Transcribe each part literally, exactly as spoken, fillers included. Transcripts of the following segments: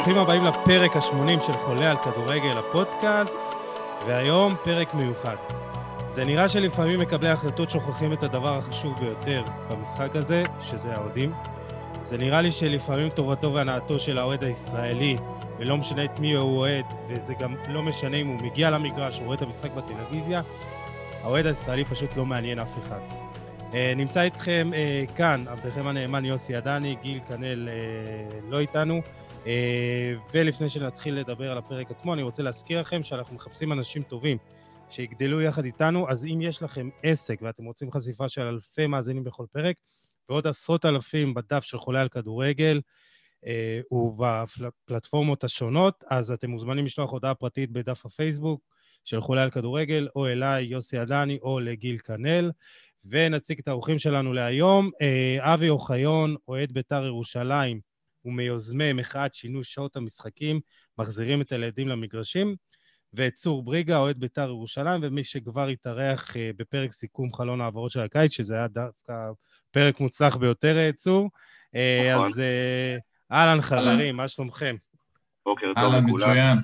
ברוכים הבאים לפרק ה-שמונים של חולה על כדורגל הפודקאסט, והיום פרק מיוחד. זה נראה שלפעמים מקבלי ההחלטות שוכחים את הדבר החשוב ביותר במשחק הזה, שזה האוהדים. זה נראה לי שלפעמים טובתו והנאתו של האוהד הישראלי, ולא משנה את מי הוא אוהד, וזה גם לא משנה אם הוא מגיע למגרש או רואה את המשחק בטלוויזיה, האוהד הישראלי פשוט לא מעניין אף אחד. Uh, נמצא איתכם uh, כאן, עבדכם הנאמן יוסי עדני, גיל קנל uh, לא איתנו, uh, ולפני שנתחיל לדבר על הפרק עצמו, אני רוצה להזכיר לכם שאנחנו מחפשים אנשים טובים שיגדלו יחד איתנו, אז אם יש לכם עסק ואתם רוצים חשיפה של אלפי מאזינים בכל פרק, ועוד עשרות אלפים בדף של חולה על כדורגל, uh, ובפלטפורמות השונות, אז אתם מוזמנים לשלוח הודעה פרטית בדף הפייסבוק של חולה על כדורגל, או אליי יוסי עדני, או לגיל קנל, ונציג את האורחים שלנו להיום. אבי אוחיון, אוהד בית"ר ירושלים, ומיוזמי מחאת שינוי שעות המשחקים, מחזירים את הילדים למגרשים, וצור בריגה, אוהד בית"ר ירושלים, ומי שכבר התארח בפרק סיכום חלון העברות של הקיץ, שזה היה דווקא פרק מוצלח ביותר, צור. נכון. אז אהלן חברים, מה שלומכם? בוקר טוב לכולם. מצוין.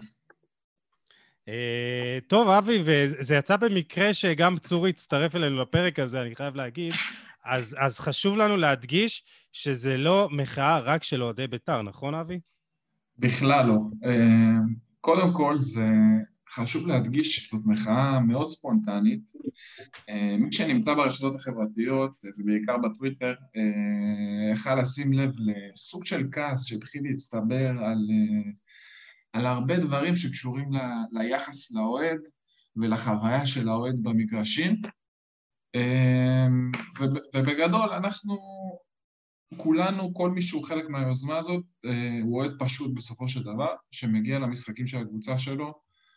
Uh, טוב, אבי, וזה יצא במקרה שגם צורי הצטרף אלינו לפרק הזה, אני חייב להגיד, אז, אז חשוב לנו להדגיש שזה לא מחאה רק של אוהדי בית"ר, נכון, אבי? בכלל לא. Uh, קודם כל, זה חשוב להדגיש שזאת מחאה מאוד ספונטנית. Uh, מי שנמצא ברשתות החברתיות, ובעיקר בטוויטר, uh, יכול לשים לב לסוג של כעס שהתחיל להצטבר על... Uh, על הרבה דברים שקשורים ל, ליחס לאוהד ולחוויה של האוהד במגרשים. ובגדול, אנחנו, כולנו, כל מי שהוא חלק מהיוזמה הזאת, הוא אוהד פשוט בסופו של דבר, שמגיע למשחקים של הקבוצה שלו,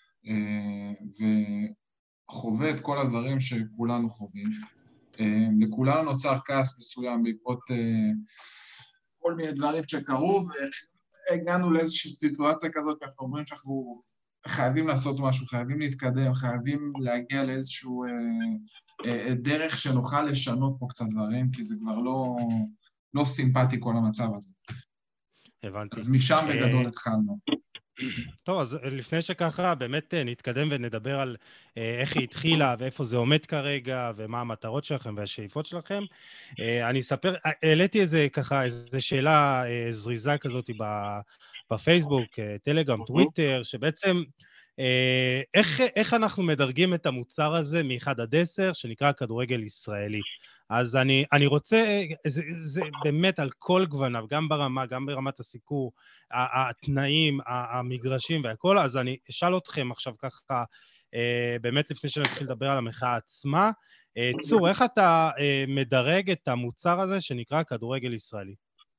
וחווה את כל הדברים שכולנו חווים. לכולנו נוצר כעס מסוים בעקבות כל מיני דברים שקרו, הגענו לאיזושהי סיטואציה כזאת, אנחנו אומרים שאנחנו חייבים לעשות משהו, חייבים להתקדם, חייבים להגיע לאיזשהו אה, אה, דרך שנוכל לשנות פה קצת דברים, כי זה כבר לא, לא סימפטי כל המצב הזה. הבנתי. אז משם בגדול התחלנו. טוב, אז לפני שככה באמת נתקדם ונדבר על איך היא התחילה ואיפה זה עומד כרגע ומה המטרות שלכם והשאיפות שלכם, אני אספר, העליתי איזה ככה, איזו שאלה זריזה כזאת בפייסבוק, טלגרם, טוויטר, שבעצם איך, איך אנחנו מדרגים את המוצר הזה מ-אחד עד עשר שנקרא כדורגל ישראלי. אז אני, אני רוצה, זה, זה באמת על כל גווניו, גם ברמה, גם ברמת הסיקור, התנאים, המגרשים והכל, אז אני אשאל אתכם עכשיו ככה, באמת לפני שנתחיל לדבר על המחאה עצמה, צור, איך אתה מדרג את המוצר הזה שנקרא כדורגל ישראלי?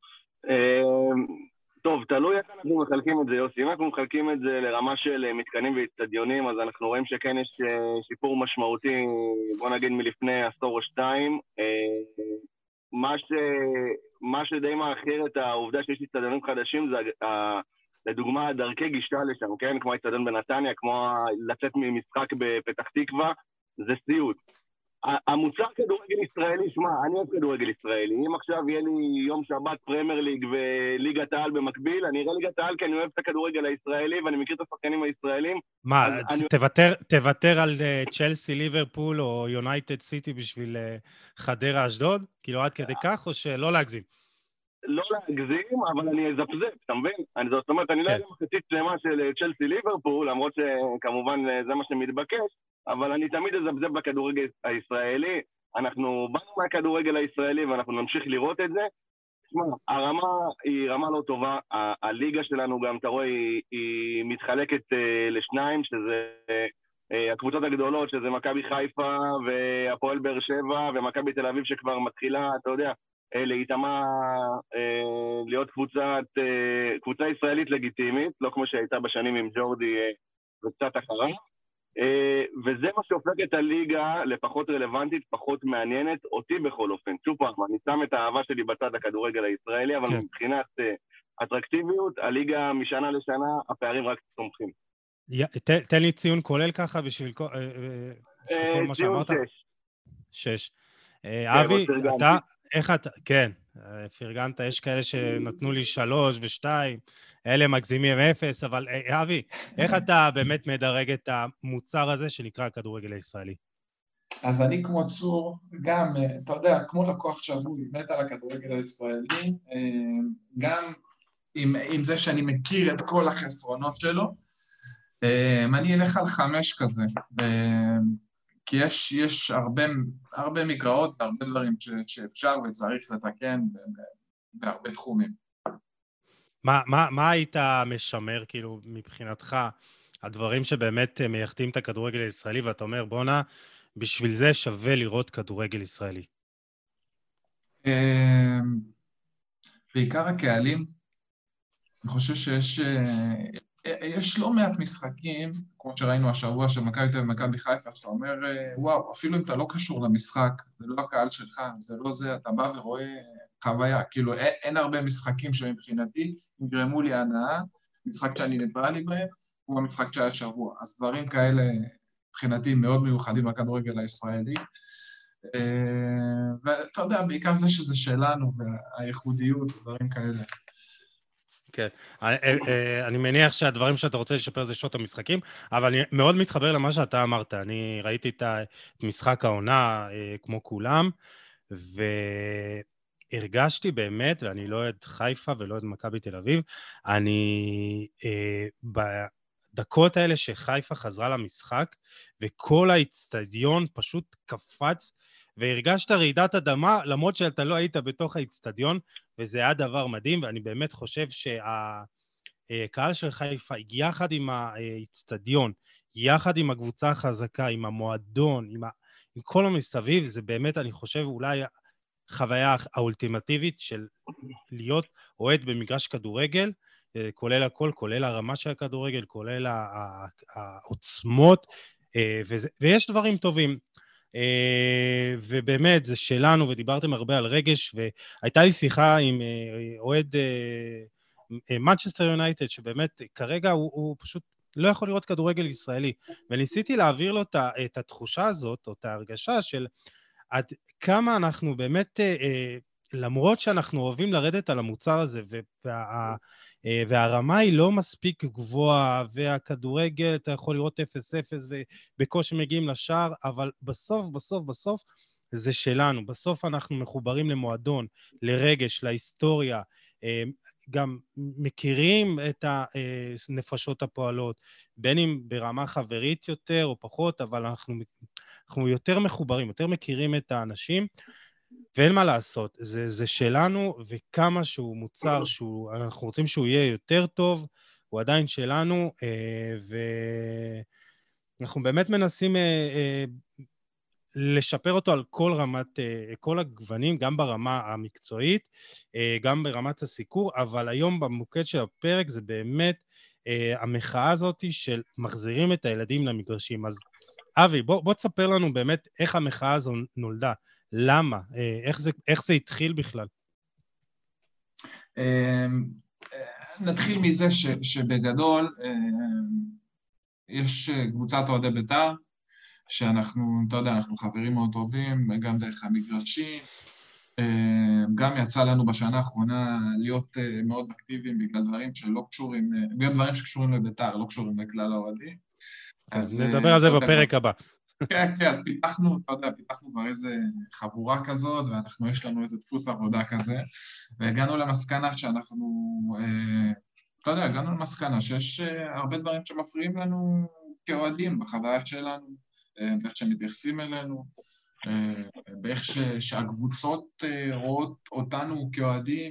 טוב, תלוי איך אנחנו מחלקים את זה, יוסי. אם אנחנו מחלקים את זה לרמה של מתקנים והצטדיונים, אז אנחנו רואים שכן יש שיפור משמעותי, בוא נגיד מלפני עשור או שתיים. מה, ש... מה שדי מאחר את העובדה שיש הצטדיונים חדשים, זה לדוגמה דרכי גישה לשם, כן? כמו הצטדיון בנתניה, כמו לצאת ממשחק בפתח תקווה, זה סיוט. המוצר כדורגל ישראלי, שמע, אני אוהב כדורגל ישראלי. אם עכשיו יהיה לי יום שבת פרמייר ליג וליגת העל במקביל, אני אראה ליגת העל כי אני אוהב את הכדורגל הישראלי ואני מכיר את השחקנים הישראלים. מה, תוותר, תוותר על צ'לסי, ליברפול או יונייטד סיטי בשביל חדרה אשדוד? כאילו עד כדי כך או שלא להגזים? לא להגזים, אבל אני אזפזפ, אתה מבין? זאת אומרת, אני לא יודע מחצית שלמה של צ'לסי ליברפול, למרות שכמובן זה מה שמתבקש, אבל אני תמיד אזפזפ בכדורגל הישראלי. אנחנו באנו מהכדורגל הישראלי ואנחנו נמשיך לראות את זה. תשמע, הרמה היא רמה לא טובה, הליגה שלנו גם, אתה רואה, היא, היא מתחלקת לשניים, שזה הקבוצות הגדולות, שזה מכבי חיפה והפועל באר שבע ומכבי תל אביב שכבר מתחילה, אתה יודע, להתאמה, להיות קבוצת, קבוצה ישראלית לגיטימית, לא כמו שהייתה בשנים עם ג'ורדי וקצת אחריו, וזה מה שהופך את הליגה לפחות רלוונטית, פחות מעניינת, אותי בכל אופן. שוב פעם, אני שם את האהבה שלי בצד הכדורגל הישראלי, אבל מבחינת אטרקטיביות, הליגה משנה לשנה, הפערים רק צומחים. תן לי ציון כולל ככה בשביל כל מה שאמרת. ציון שש. שש. אבי, אתה... איך אתה, כן, פרגנת, יש כאלה שנתנו לי שלוש ושתיים, אלה מגזימים אפס, אבל אבי, איך אתה באמת מדרג את המוצר הזה שנקרא הכדורגל הישראלי? אז אני כמו צור, גם, אתה יודע, כמו לקוח שבוי, מת על הכדורגל הישראלי, גם עם, עם זה שאני מכיר את כל החסרונות שלו, אני אלך על חמש כזה, כי יש, יש הרבה, הרבה מגרעות, הרבה דברים ש, שאפשר וצריך לתקן בהרבה תחומים. מה, מה, מה היית משמר, כאילו, מבחינתך, הדברים שבאמת מייחדים את הכדורגל הישראלי, ואתה אומר, בונה, בשביל זה שווה לראות כדורגל ישראלי? בעיקר הקהלים, אני חושב שיש יש לא מעט משחקים, כמו שראינו השבוע של מכבי תל אביב ומכבי חיפה, שאתה אומר, וואו, אפילו אם אתה לא קשור למשחק, זה לא הקהל שלך, זה לא זה, אתה בא ורואה חוויה, כאילו אין, אין הרבה משחקים שמבחינתי יגרמו לי הנאה, משחק שאני ניטרלי בהם, הוא המשחק שהיה שבוע, אז דברים כאלה מבחינתי מאוד מיוחדים בכדורגל הישראלי, ואתה יודע, בעיקר זה שזה שלנו, והייחודיות, דברים כאלה. כן, אני מניח שהדברים שאתה רוצה לשפר זה שעות המשחקים, אבל אני מאוד מתחבר למה שאתה אמרת. אני ראיתי את משחק העונה כמו כולם, והרגשתי באמת, ואני לא אוהד חיפה ולא אוהד מכבי תל אביב, אני בדקות האלה שחיפה חזרה למשחק, וכל האצטדיון פשוט קפץ, והרגשת רעידת אדמה, למרות שאתה לא היית בתוך האצטדיון, וזה היה דבר מדהים, ואני באמת חושב שהקהל של חיפה, יחד עם האצטדיון, יחד עם הקבוצה החזקה, עם המועדון, עם, ה... עם כל המסביב, זה באמת, אני חושב, אולי חוויה האולטימטיבית של להיות אוהד במגרש כדורגל, כולל הכל, כולל הרמה של הכדורגל, כולל העוצמות, וזה... ויש דברים טובים. Uh, ובאמת זה שלנו, ודיברתם הרבה על רגש, והייתה לי שיחה עם uh, אוהד מנצ'סטר uh, יונייטד, שבאמת כרגע הוא, הוא פשוט לא יכול לראות כדורגל ישראלי, וניסיתי להעביר לו את, את התחושה הזאת, או את ההרגשה של עד כמה אנחנו באמת, uh, uh, למרות שאנחנו אוהבים לרדת על המוצר הזה, וה... והרמה היא לא מספיק גבוהה, והכדורגל, אתה יכול לראות אפס אפס, ובקושי מגיעים לשער, אבל בסוף, בסוף, בסוף, זה שלנו. בסוף אנחנו מחוברים למועדון, לרגש, להיסטוריה, גם מכירים את הנפשות הפועלות, בין אם ברמה חברית יותר או פחות, אבל אנחנו, אנחנו יותר מחוברים, יותר מכירים את האנשים, ואין מה לעשות, זה, זה שלנו, וכמה שהוא מוצר, שהוא, אנחנו רוצים שהוא יהיה יותר טוב, הוא עדיין שלנו, ואנחנו באמת מנסים לשפר אותו על כל רמת, כל הגוונים, גם ברמה המקצועית, גם ברמת הסיקור, אבל היום במוקד של הפרק זה באמת המחאה הזאת של מחזירים את הילדים למגרשים. אז אבי, בוא, בוא תספר לנו באמת איך המחאה הזו נולדה. למה? איך זה, איך זה התחיל בכלל? נתחיל מזה ש, שבגדול יש קבוצת אוהדי בית"ר, שאנחנו, אתה יודע, אנחנו חברים מאוד טובים, גם דרך המגרשים, גם יצא לנו בשנה האחרונה להיות מאוד אקטיביים בגלל דברים שלא קשורים, בגלל דברים שקשורים לבית"ר, לא קשורים לכלל האוהדים. אז נדבר על זה בפרק הבא. כן, כן, אז פיתחנו, אתה יודע, פיתחנו כבר איזה חבורה כזאת, ואנחנו, יש לנו איזה דפוס עבודה כזה, והגענו למסקנה שאנחנו, אתה יודע, הגענו למסקנה שיש הרבה דברים שמפריעים לנו כאוהדים בחוויה שלנו, באיך שמתייחסים אלינו, באיך שהקבוצות רואות אותנו כאוהדים,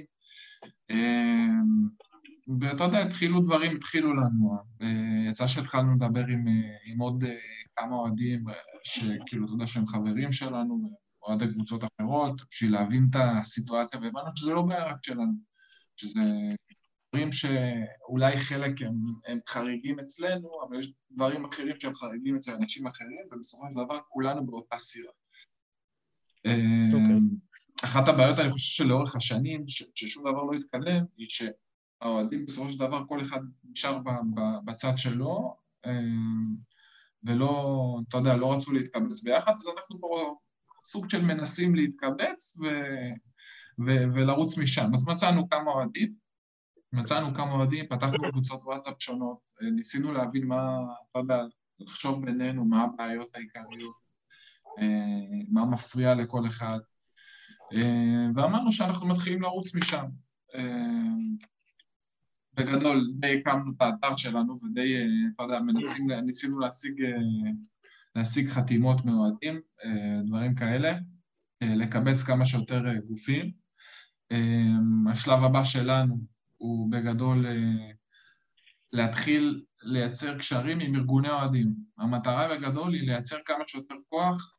ואתה יודע, התחילו דברים, התחילו לנו, יצא שהתחלנו לדבר עם, עם עוד כמה אוהדים, שכאילו, אתה יודע, שהם חברים שלנו, אוהדי קבוצות אחרות, בשביל להבין את הסיטואציה, והבנו שזה לא בעיה רק שלנו, שזה דברים שאולי חלק הם, הם חריגים אצלנו, אבל יש דברים אחרים שהם חריגים אצל אנשים אחרים, ובסופו של דבר כולנו באותה סירה. אוקיי. אחת הבעיות, אני חושב שלאורך השנים, ששום דבר לא התקדם, היא שהאוהדים בסופו של דבר, כל אחד נשאר בצד שלו, ולא, אתה יודע, לא רצו להתקבץ ביחד, אז אנחנו פה סוג של מנסים להתקבץ ו, ו, ולרוץ משם. אז מצאנו כמה אוהדים, מצאנו כמה אוהדים, פתחנו קבוצות וואטסאפ שונות, ניסינו להבין מה, אתה יודע, לחשוב בינינו, מה הבעיות העיקריות, מה מפריע לכל אחד, ואמרנו שאנחנו מתחילים לרוץ משם. בגדול, די הקמנו את האתר שלנו, ודי, אתה יודע, מנסים, ניסינו להשיג, להשיג חתימות מאוהדים, דברים כאלה, לקבץ כמה שיותר גופים. השלב הבא שלנו הוא בגדול להתחיל לייצר קשרים עם ארגוני אוהדים. המטרה בגדול היא לייצר כמה שיותר כוח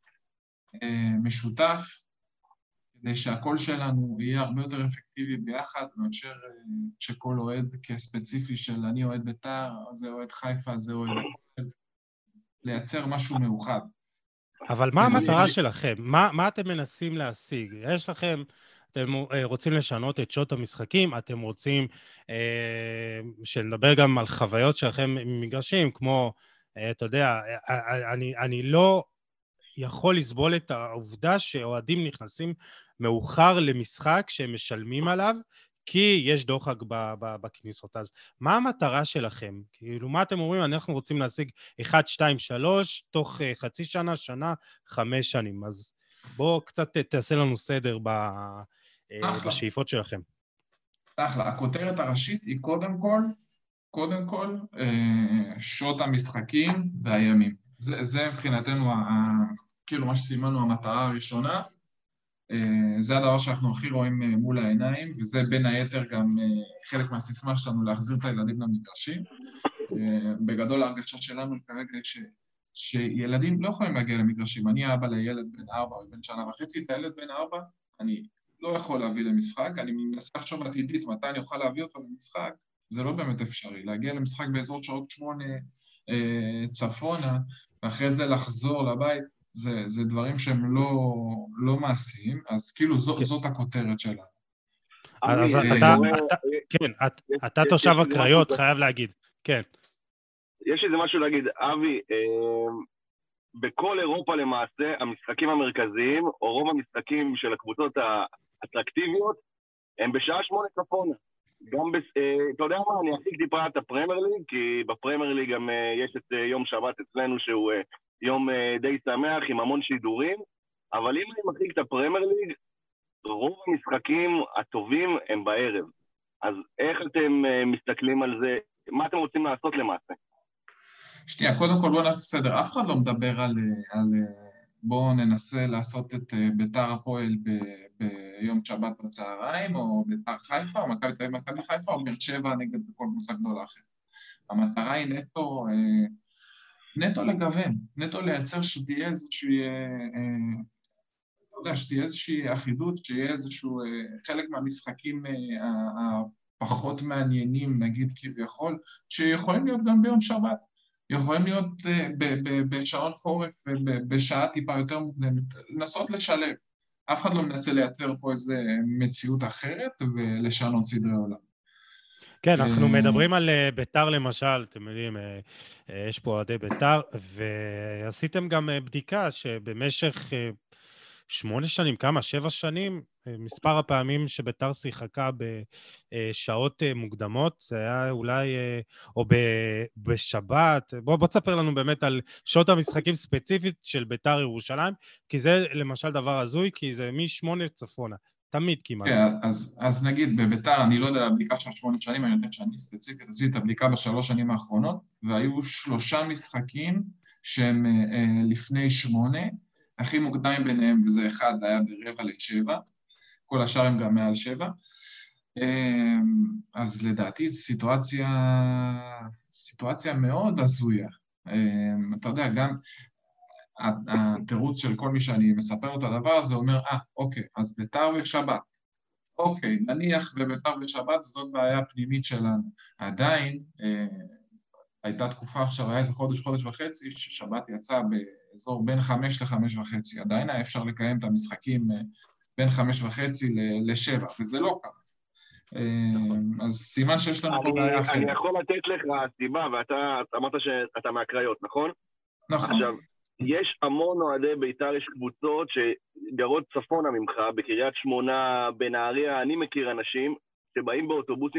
משותף, כדי שהקול שלנו יהיה הרבה יותר אפקטיבי ביחד, מאשר שכל אוהד כספציפי של אני אוהד בית"ר, זה אוהד חיפה, זה אוהד אוהד, לייצר משהו מאוחד. אבל מה המטרה שלכם? מה, מה אתם מנסים להשיג? יש לכם, אתם רוצים לשנות את שעות המשחקים, אתם רוצים אה, שנדבר גם על חוויות שלכם ממגרשים, כמו, אה, אתה יודע, אני, אני לא יכול לסבול את העובדה שאוהדים נכנסים מאוחר למשחק שהם משלמים עליו, כי יש דוחק בכניסות. אז מה המטרה שלכם? כאילו, מה אתם אומרים? אנחנו רוצים להשיג אחת, שתיים, שלוש, תוך חצי שנה, שנה, חמש שנים. אז בואו קצת תעשה לנו סדר בשאיפות שלכם. אחלה, הכותרת הראשית היא קודם כל, קודם כל, שעות המשחקים והימים. זה, זה מבחינתנו, כאילו מה שסימנו המטרה הראשונה, זה הדבר שאנחנו הכי רואים מול העיניים, וזה בין היתר גם חלק מהסיסמה שלנו להחזיר את הילדים למגרשים. בגדול ההרגשה שלנו כרגע ש, שילדים לא יכולים להגיע למגרשים. אני אבא לילד בן ארבע או בן שנה וחצי, את הילד בן ארבע אני לא יכול להביא למשחק, אני מנסה לחשוב עתידית מתי אני אוכל להביא אותו למשחק, זה לא באמת אפשרי. להגיע למשחק באזור שעות שמונה צפונה, ואחרי זה לחזור לבית, זה, זה דברים שהם לא, לא מעשיים, אז כאילו זו, זאת הכותרת שלנו. אז אתה, כן, אתה תושב הקריות, חייב להגיד, כן. יש איזה משהו להגיד, אבי, בכל אירופה למעשה, המשחקים המרכזיים, או רוב המשחקים של הקבוצות האטרקטיביות, הם בשעה שמונה צפונה. גם, אתה יודע מה, אני אחיק טיפה את הפרמייר ליג, כי בפרמייר ליג גם יש את יום שבת אצלנו שהוא יום די שמח עם המון שידורים, אבל אם אני מחיק את הפרמייר ליג, רוב המשחקים הטובים הם בערב. אז איך אתם מסתכלים על זה? מה אתם רוצים לעשות למעשה? שנייה, קודם כל בואו נעשה סדר. אף אחד לא מדבר על, על בואו ננסה לעשות את בית"ר הפועל ב, ביום שבת בצהריים, או בית"ר חיפה, או מכבי תל אביב מכבי חיפה, או באר שבע נגד כל קבוצה גדולה אחרת. המטרה היא נטו, נטו לגוון, נטו לייצר שתהיה איזושהי, לא יודע, שתהיה איזושהי אחידות, שיהיה איזשהו חלק מהמשחקים הפחות מעניינים, נגיד כביכול, שיכולים להיות גם ביום שבת. יכולים להיות בשעון חורף ובשעה טיפה יותר מוקדמת, לנסות לשלב. אף אחד לא מנסה לייצר פה איזו מציאות אחרת ולשנות סדרי עולם. כן, אנחנו מדברים על בית"ר למשל, אתם יודעים, יש פה אוהדי בית"ר, ועשיתם גם בדיקה שבמשך שמונה שנים, כמה? שבע שנים, מספר הפעמים שבית"ר שיחקה בשעות מוקדמות, זה היה אולי, או בשבת, בוא, בוא תספר לנו באמת על שעות המשחקים ספציפית של בית"ר ירושלים, כי זה למשל דבר הזוי, כי זה משמונה צפונה, תמיד כמעט. כן, אז, אז נגיד בבית"ר, אני לא יודע הבדיקה של שמונה שנים, אני יודעת שאני ספציפית, עשיתי את הבדיקה בשלוש שנים האחרונות, והיו שלושה משחקים שהם אה, לפני שמונה, הכי מוקדמים ביניהם, וזה אחד, היה ברבע לשבע, כל השאר הם גם מעל שבע. אז לדעתי זו סיטואציה, סיטואציה מאוד הזויה. אתה יודע, גם התירוץ של כל מי שאני מספר לו את הדבר הזה, אומר, אה, אוקיי, אז בית"ר ושבת. אוקיי, נניח ובית"ר ושבת, זאת בעיה פנימית שלנו. עדיין, הייתה תקופה עכשיו, היה איזה חודש, חודש וחצי, ששבת יצא באזור בין חמש לחמש וחצי. עדיין היה אפשר לקיים את המשחקים בין חמש וחצי לשבע, וזה לא קרה. אז סימן שיש לנו פה בעיה אחרת. אני יכול לתת לך סיבה, ואתה אמרת שאתה מהקריות, נכון? נכון. עכשיו, יש המון אוהדי בית"ר, יש קבוצות שגרות צפונה ממך, בקריית שמונה, בנהריה, אני מכיר אנשים שבאים באוטובוסים,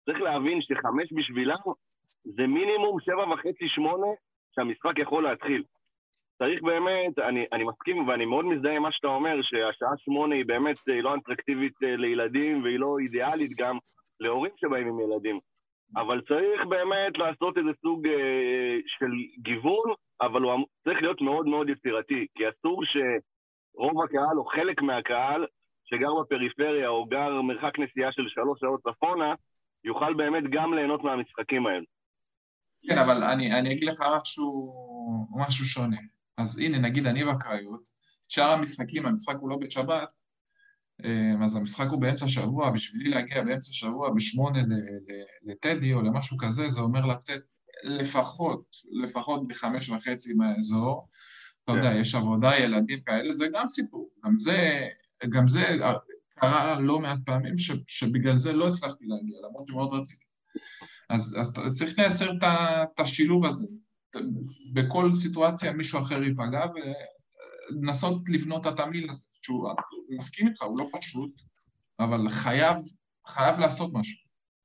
צריך להבין שחמש בשבילם זה מינימום שבע וחצי, שמונה, שהמשחק יכול להתחיל. צריך באמת, אני, אני מסכים ואני מאוד מזדהה עם מה שאתה אומר, שהשעה שמונה היא באמת היא לא אטרקטיבית לילדים, והיא לא אידיאלית גם להורים שבאים עם ילדים. אבל צריך באמת לעשות איזה סוג אה, של גיוון, אבל הוא צריך להיות מאוד מאוד יצירתי, כי אסור שרוב הקהל או חלק מהקהל שגר בפריפריה או גר מרחק נסיעה של שלוש שעות צפונה, יוכל באמת גם ליהנות מהמשחקים האלה. כן, אבל אני, אני אגיד לך משהו, משהו שונה. אז הנה, נגיד אני בקריות, שאר המשחקים, המשחק הוא לא בשבת, אז המשחק הוא באמצע שבוע, בשבילי להגיע באמצע שבוע בשמונה לטדי או למשהו כזה, זה אומר לצאת לפחות, לפחות בחמש וחצי מהאזור, אתה יודע, יש עבודה, ילדים כאלה, זה גם סיפור, גם זה, גם זה קרה לא מעט פעמים ש, שבגלל זה לא הצלחתי להגיע, למרות שמאוד רציתי. אז, אז צריך לייצר את השילוב הזה, בכל סיטואציה מישהו אחר ייפגע, ולנסות לבנות את התמיל הזה, שהוא מסכים איתך, הוא לא פשוט, אבל חייב, חייב לעשות משהו.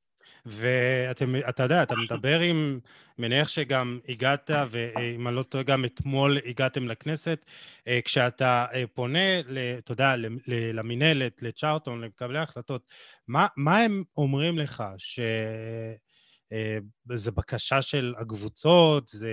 ואתה יודע, אתה מדבר עם, מניח שגם הגעת, ואם אני לא טועה, גם אתמול הגעתם לכנסת, כשאתה פונה, אתה יודע, למנהלת, לצ'ארטון, למקבלי ההחלטות, מה, מה הם אומרים לך? שזה בקשה של הקבוצות, זה,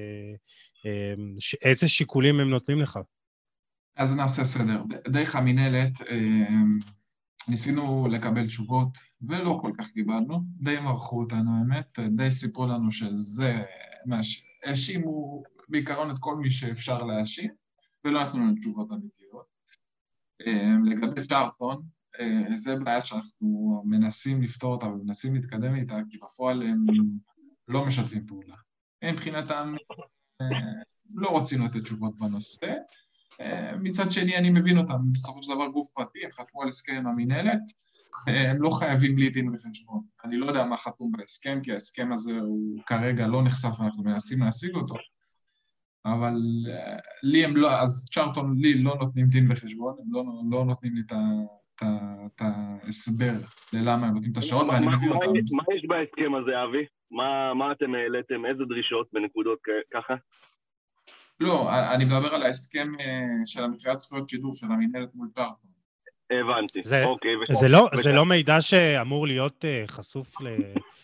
איזה שיקולים הם נותנים לך? אז נעשה סדר. דרך המנהלת, ניסינו לקבל תשובות, ולא כל כך קיבלנו, די מרחו אותנו, האמת, די סיפרו לנו שזה מה שהאשימו בעיקרון את כל מי שאפשר להאשים, ולא נתנו לנו תשובות אמיתיות. לגבי צ'ארטון, זה בעיה שאנחנו מנסים לפתור אותה ומנסים להתקדם איתה, כי בפועל הם לא משתפים פעולה. הם מבחינתם לא רוצים לתת תשובות בנושא, מצד שני אני מבין אותם, בסופו של דבר גוף פרטי, הם חתמו על הסכם עם המנהלת, הם לא חייבים לי דין וחשבון. אני לא יודע מה חתום בהסכם, כי ההסכם הזה הוא כרגע לא נחשף, אנחנו מנסים להשיג אותו, אבל לי הם לא, אז צ'ארטון לי לא נותנים דין וחשבון, הם לא, לא נותנים לי את ההסבר ללמה הם נותנים את השעות, ואני מבין אותם. מה יש בהסכם הזה, אבי? מה אתם העליתם, איזה דרישות בנקודות ככה? לא, אני מדבר על ההסכם של המכירת זכויות שידור של המנהלת מול צ'ארטון. הבנתי, זה, אוקיי. זה לא, זה לא מידע שאמור להיות חשוף ל,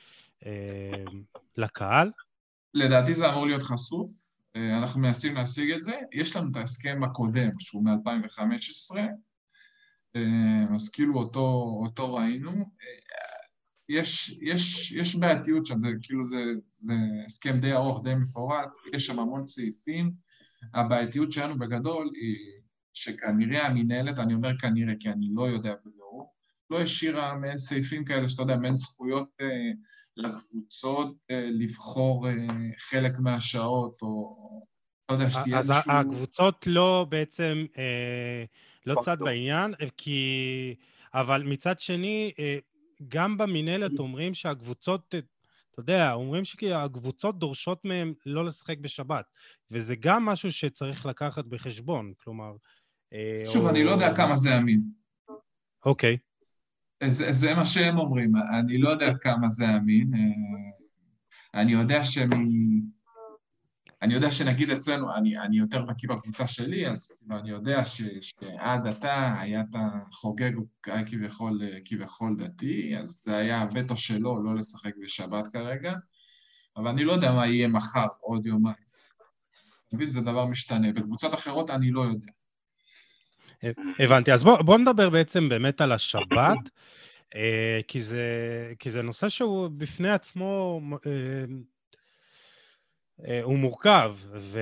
לקהל? לדעתי זה אמור להיות חשוף, אנחנו מנסים להשיג את זה. יש לנו את ההסכם הקודם, שהוא מ-אלפיים וחמש עשרה, אז כאילו אותו, אותו ראינו. יש, יש, יש בעייתיות שם, זה כאילו זה, זה הסכם די ארוך, די מפורט, יש שם המון סעיפים. הבעייתיות שלנו בגדול היא שכנראה המנהלת, אני אומר כנראה כי אני לא יודע בגדול, לא השאירה מעין סעיפים כאלה שאתה יודע, מעין זכויות אה, לקבוצות אה, לבחור אה, חלק מהשעות, או אתה יודע, שתהיה אז איזשהו... הקבוצות לא בעצם, אה, לא צד בעניין, כי, אבל מצד שני, אה, גם במנהלת אומרים שהקבוצות, אתה יודע, אומרים שהקבוצות דורשות מהם לא לשחק בשבת, וזה גם משהו שצריך לקחת בחשבון, כלומר... שוב, או... אני לא יודע כמה זה אמין. אוקיי. זה, זה מה שהם אומרים, אני לא יודע כמה זה אמין, אני יודע שמ... אני יודע שנגיד אצלנו, אני, אני יותר בקיא בקבוצה שלי, אז אני יודע ש, שעד עתה היה את החוגג כביכול, כביכול דתי, אז זה היה הווטו שלו לא לשחק בשבת כרגע, אבל אני לא יודע מה יהיה מחר, עוד יומיים. תבין, זה דבר משתנה. בקבוצות אחרות אני לא יודע. הבנתי, אז בוא, בוא נדבר בעצם באמת על השבת, כי זה, כי זה נושא שהוא בפני עצמו... הוא מורכב,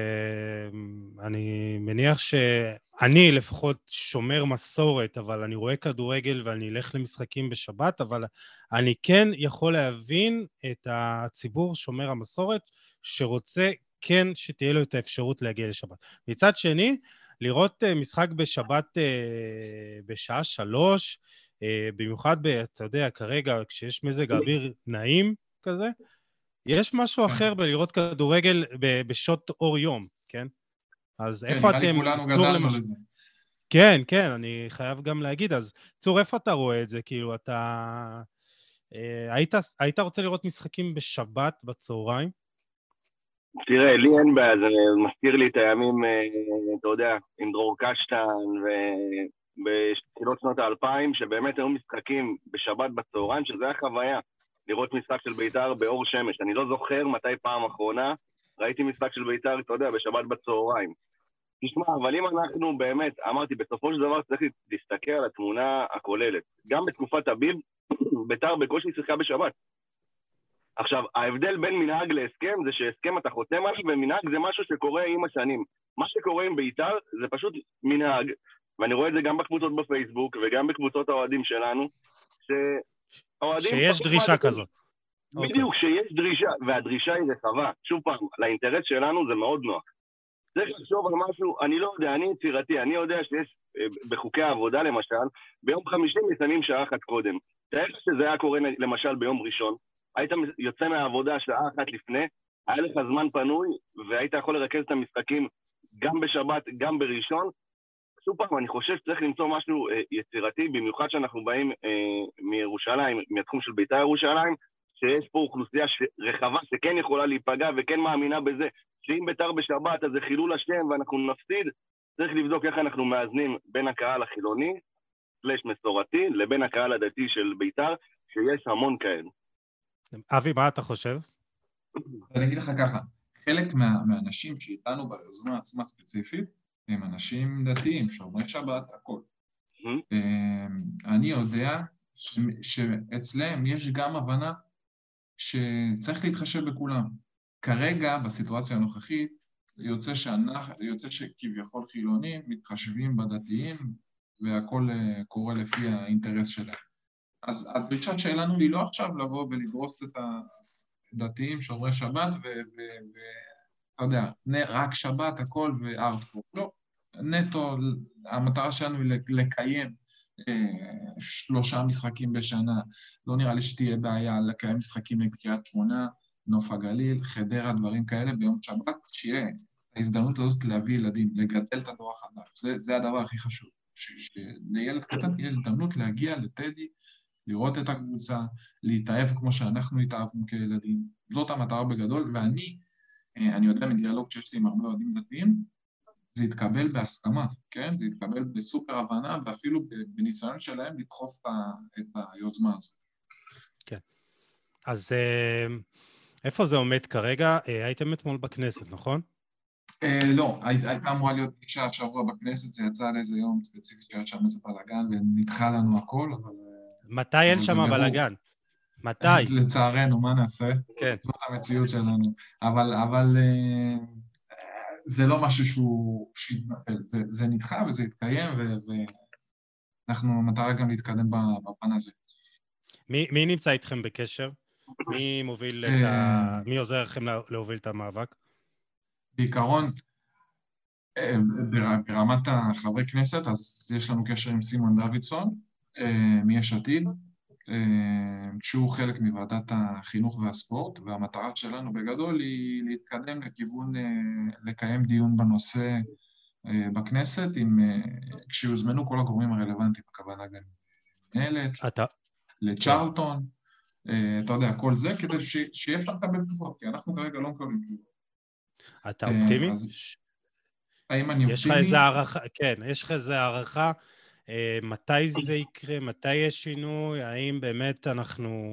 ואני מניח שאני לפחות שומר מסורת, אבל אני רואה כדורגל ואני אלך למשחקים בשבת, אבל אני כן יכול להבין את הציבור שומר המסורת, שרוצה כן שתהיה לו את האפשרות להגיע לשבת. מצד שני, לראות משחק בשבת בשעה שלוש, במיוחד, אתה יודע, כרגע כשיש מזג האוויר נעים כזה, יש משהו אחר בלראות כדורגל בשעות אור יום, כן? אז איפה אתם... כולנו גדלנו לזה. כן, כן, אני חייב גם להגיד, אז צור, איפה אתה רואה את זה? כאילו, אתה... היית, היית רוצה לראות משחקים בשבת בצהריים? תראה, לי אין בעיה, זה מזכיר לי את הימים, אתה יודע, עם דרור קשטן ובתחילות שנות האלפיים, שבאמת היו משחקים בשבת בצהריים, שזה היה חוויה לראות משחק של בית"ר באור שמש. אני לא זוכר מתי פעם אחרונה ראיתי משחק של בית"ר, אתה יודע, בשבת בצהריים. תשמע, אבל אם אנחנו באמת, אמרתי, בסופו של דבר צריך להסתכל על התמונה הכוללת. גם בתקופת הביב, בית"ר בקושי שיחקה בשבת. עכשיו, ההבדל בין מנהג להסכם זה שהסכם אתה חותם עליו, ומנהג זה משהו שקורה עם השנים. מה שקורה עם בית"ר זה פשוט מנהג, ואני רואה את זה גם בקבוצות בפייסבוק וגם בקבוצות האוהדים שלנו, שהאוהדים... שיש דרישה כזאת. בדיוק, שיש דרישה, והדרישה היא רחבה. שוב פעם, לאינטרס שלנו זה מאוד נוח. צריך לחשוב על משהו, אני לא יודע, אני יצירתי, אני יודע שיש בחוקי העבודה למשל, ביום חמישי מסיימים שעה אחת קודם. תאר שזה היה קורה למשל ביום ראשון, היית יוצא מהעבודה שעה אחת לפני, היה לך זמן פנוי, והיית יכול לרכז את המשחקים גם בשבת, גם בראשון. שוב פעם, אני חושב שצריך למצוא משהו אה, יצירתי, במיוחד שאנחנו באים אה, מירושלים, מהתחום של בית"ר ירושלים, שיש פה אוכלוסייה רחבה שכן יכולה להיפגע וכן מאמינה בזה, שאם בית"ר בשבת אז זה חילול השם ואנחנו נפסיד, צריך לבדוק איך אנחנו מאזנים בין הקהל החילוני, סלש מסורתי, לבין הקהל הדתי של בית"ר, שיש המון כאלו. אבי, מה אתה חושב? אני אגיד לך ככה, חלק מה, מהאנשים שאיתנו ביוזמה עצמה ספציפית, הם אנשים דתיים, שומרי שבת, הכל. Mm-hmm. אני יודע ש, שאצלם יש גם הבנה שצריך להתחשב בכולם. כרגע, בסיטואציה הנוכחית, יוצא, שאנחנו, יוצא שכביכול חילונים מתחשבים בדתיים, והכל קורה לפי האינטרס שלהם. אז הדרישה שלנו היא לא עכשיו לבוא ולדרוס את הדתיים שומרי שבת, ואתה יודע, רק שבת, הכל וארטקור. לא, נטו, המטרה שלנו היא לקיים שלושה משחקים בשנה. לא נראה לי שתהיה בעיה לקיים משחקים לקריית שמונה, נוף הגליל, חדרה, דברים כאלה ביום שבת, שיהיה ההזדמנות הזאת להביא ילדים, לגדל את הדור החדש. זה, זה הדבר הכי חשוב. שלילד קטן תהיה הזדמנות להגיע לטדי, לראות את הקבוצה, להתאהב כמו שאנחנו התאהבנו כילדים. זאת המטרה בגדול, ואני, אני יודע מדיאלוג שיש לי עם הרבה אוהדים דתיים, זה יתקבל בהסכמה, כן? זה יתקבל בסופר הבנה, ואפילו בניסיון שלהם לדחוף את היוזמה הזאת. כן. אז איפה זה עומד כרגע? הייתם אתמול בכנסת, נכון? לא, הייתה אמורה להיות פגישה השבוע בכנסת, זה יצא לאיזה יום ספציפי שהיה שם איזה בלגן, ונדחה לנו הכל, אבל... מתי אין שם בלגן? מתי? לצערנו, מה נעשה? כן. זאת המציאות שלנו. אבל, אבל זה לא משהו שהוא שיתנפל. זה, זה נדחה וזה יתקיים, ואנחנו המטרה גם להתקדם בפן הזה. מי, מי נמצא איתכם בקשר? מי מוביל את ה... מי עוזר לכם להוביל את המאבק? בעיקרון, ברמת החברי כנסת, אז יש לנו קשר עם סימון דוידסון, מיש עתיד, שהוא חלק מוועדת החינוך והספורט, והמטרה שלנו בגדול היא להתקדם לכיוון, לקיים דיון בנושא בכנסת, כשיוזמנו כל הגורמים הרלוונטיים, הכוונה גם מנהלת, לצ'רלטון, אתה יודע, כל זה, כדי שיהיה אפשר לקבל תשובות, כי אנחנו כרגע לא מקבלים תשובות. אתה אופטימי? האם אני אופטימי? יש לך איזה הערכה, כן, יש לך איזה הערכה, מתי זה יקרה, מתי יש שינוי, האם באמת אנחנו,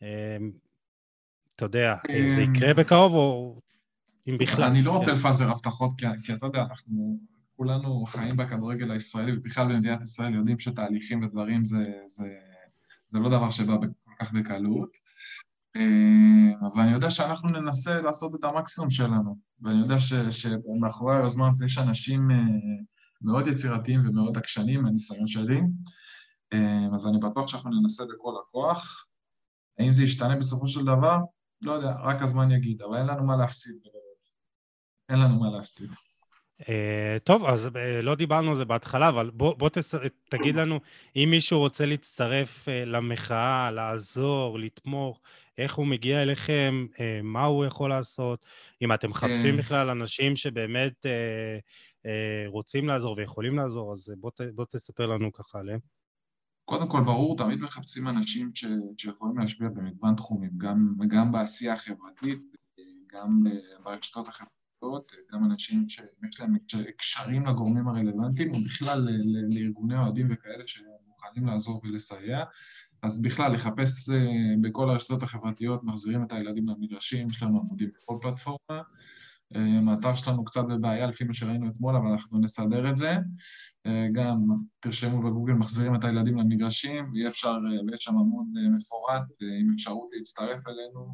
אתה יודע, זה יקרה בקרוב או אם בכלל? אני לא רוצה לפזר הבטחות, כי אתה יודע, אנחנו כולנו חיים בכדורגל הישראלי, ובכלל במדינת ישראל יודעים שתהליכים ודברים זה לא דבר שבא כל כך בקלות, אבל אני יודע שאנחנו ננסה לעשות את המקסימום שלנו, ואני יודע שמאחורי היוזמה הזאת יש אנשים מאוד יצירתיים ומאוד עקשנים מהניסיון שלי, אז אני בטוח שאנחנו ננסה בכל הכוח. האם זה ישתנה בסופו של דבר? לא יודע, רק הזמן יגיד, אבל אין לנו מה להפסיד. אין לנו מה להפסיד. טוב, אז לא דיברנו על זה בהתחלה, אבל בוא תגיד לנו, אם מישהו רוצה להצטרף למחאה, לעזור, לתמוך, איך הוא מגיע אליכם, מה הוא יכול לעשות, אם אתם מחפשים בכלל אנשים שבאמת רוצים לעזור ויכולים לעזור, אז בוא תספר לנו ככה עליהם. קודם כל, ברור, תמיד מחפשים אנשים ש, שיכולים להשפיע במגוון תחומים, גם, גם בעשייה החברתית, גם ברשתות החברתיות, גם אנשים שיש להם קשרים לגורמים הרלוונטיים, או בכלל ל, ל, לארגוני אוהדים וכאלה שמוכנים לעזור ולסייע. אז בכלל, לחפש בכל הרשתות החברתיות, מחזירים את הילדים למגרשים, יש לנו עמודים בכל פלטפורמה. האתר שלנו קצת בבעיה, לפי מה שראינו אתמול, אבל אנחנו נסדר את זה. גם תרשמו בגוגל, מחזירים את הילדים למגרשים, ויהיה אפשר, ויש שם עמוד מפורט, עם אפשרות להצטרף אלינו,